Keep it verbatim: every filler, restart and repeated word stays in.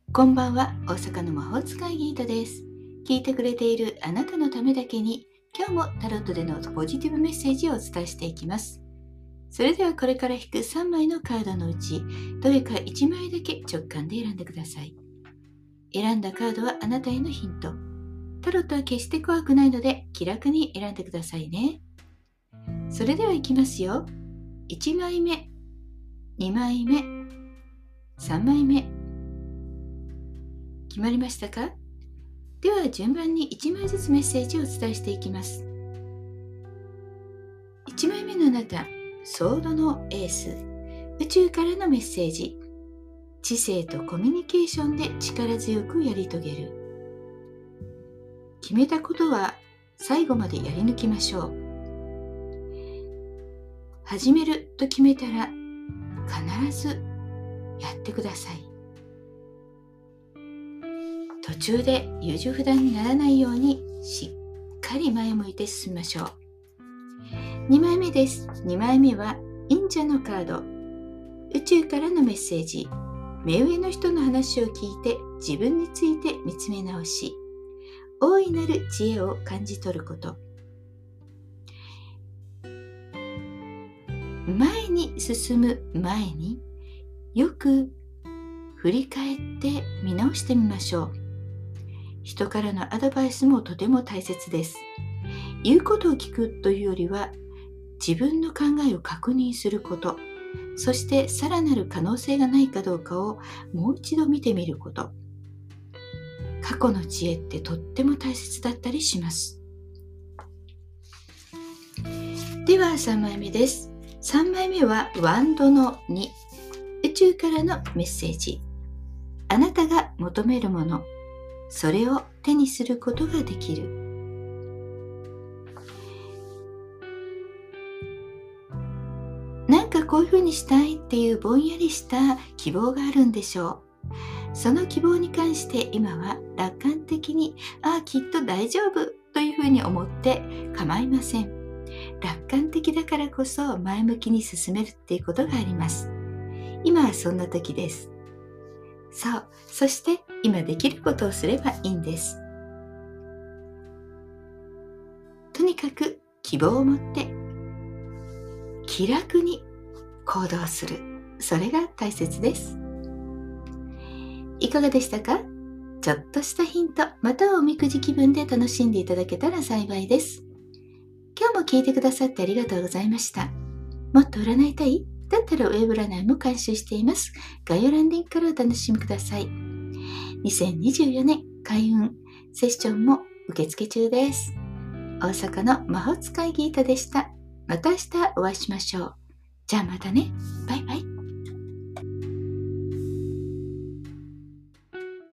こんばんは、大阪の魔法使いギータです。聞いてくれているあなたのためだけに、今日もタロットでのポジティブメッセージをお伝えしていきます。それではこれから引くさんまいのカードのうち、どれかいちまいだけ直感で選んでください。選んだカードはあなたへのヒント。タロットは決して怖くないので、気楽に選んでくださいね。それではいきますよ。いちまいめ、にまいめ、さんまいめ。決まりましたか？では順番にいちまいずつメッセージをお伝えしていきます。いちまいめのあなた、ソードのエース、宇宙からのメッセージ。知性とコミュニケーションで力強くやり遂げる。決めたことは最後までやり抜きましょう。始めると決めたら必ずやってください。途中で優柔不断にならないようにしっかり前向いて進みましょう。にまいめです。にまいめは忍者のカード。宇宙からのメッセージ。目上の人の話を聞いて自分について見つめ直し、大いなる知恵を感じ取ること。前に進む前によく振り返って見直してみましょう。人からのアドバイスもとても大切です。言うことを聞くというよりは、自分の考えを確認すること、そしてさらなる可能性がないかどうかをもう一度見てみること。過去の知恵ってとっても大切だったりします。ではさんまいめです。さんまいめはワンドのに、宇宙からのメッセージ。あなたが求めるもの、それを手にすることができる。なんかこういうふうにしたいっていうぼんやりした希望があるんでしょう。その希望に関して今は楽観的に、ああきっと大丈夫というふうに思って構いません。楽観的だからこそ前向きに進めるっていうことがあります。今はそんな時です。そう、そして今できることをすればいいんです。とにかく希望を持って気楽に行動する。それが大切です。いかがでしたか？ちょっとしたヒント、またはおみくじ気分で楽しんでいただけたら幸いです。今日も聞いてくださってありがとうございました。もっと占いたい？だったらウェブ占いも監修しています。概要欄リンクからお楽しみください。にせんにじゅうよねん開運セッションも受付中です。大阪の魔法使いギータでした。また明日お会いしましょう。じゃあまたね。バイバイ。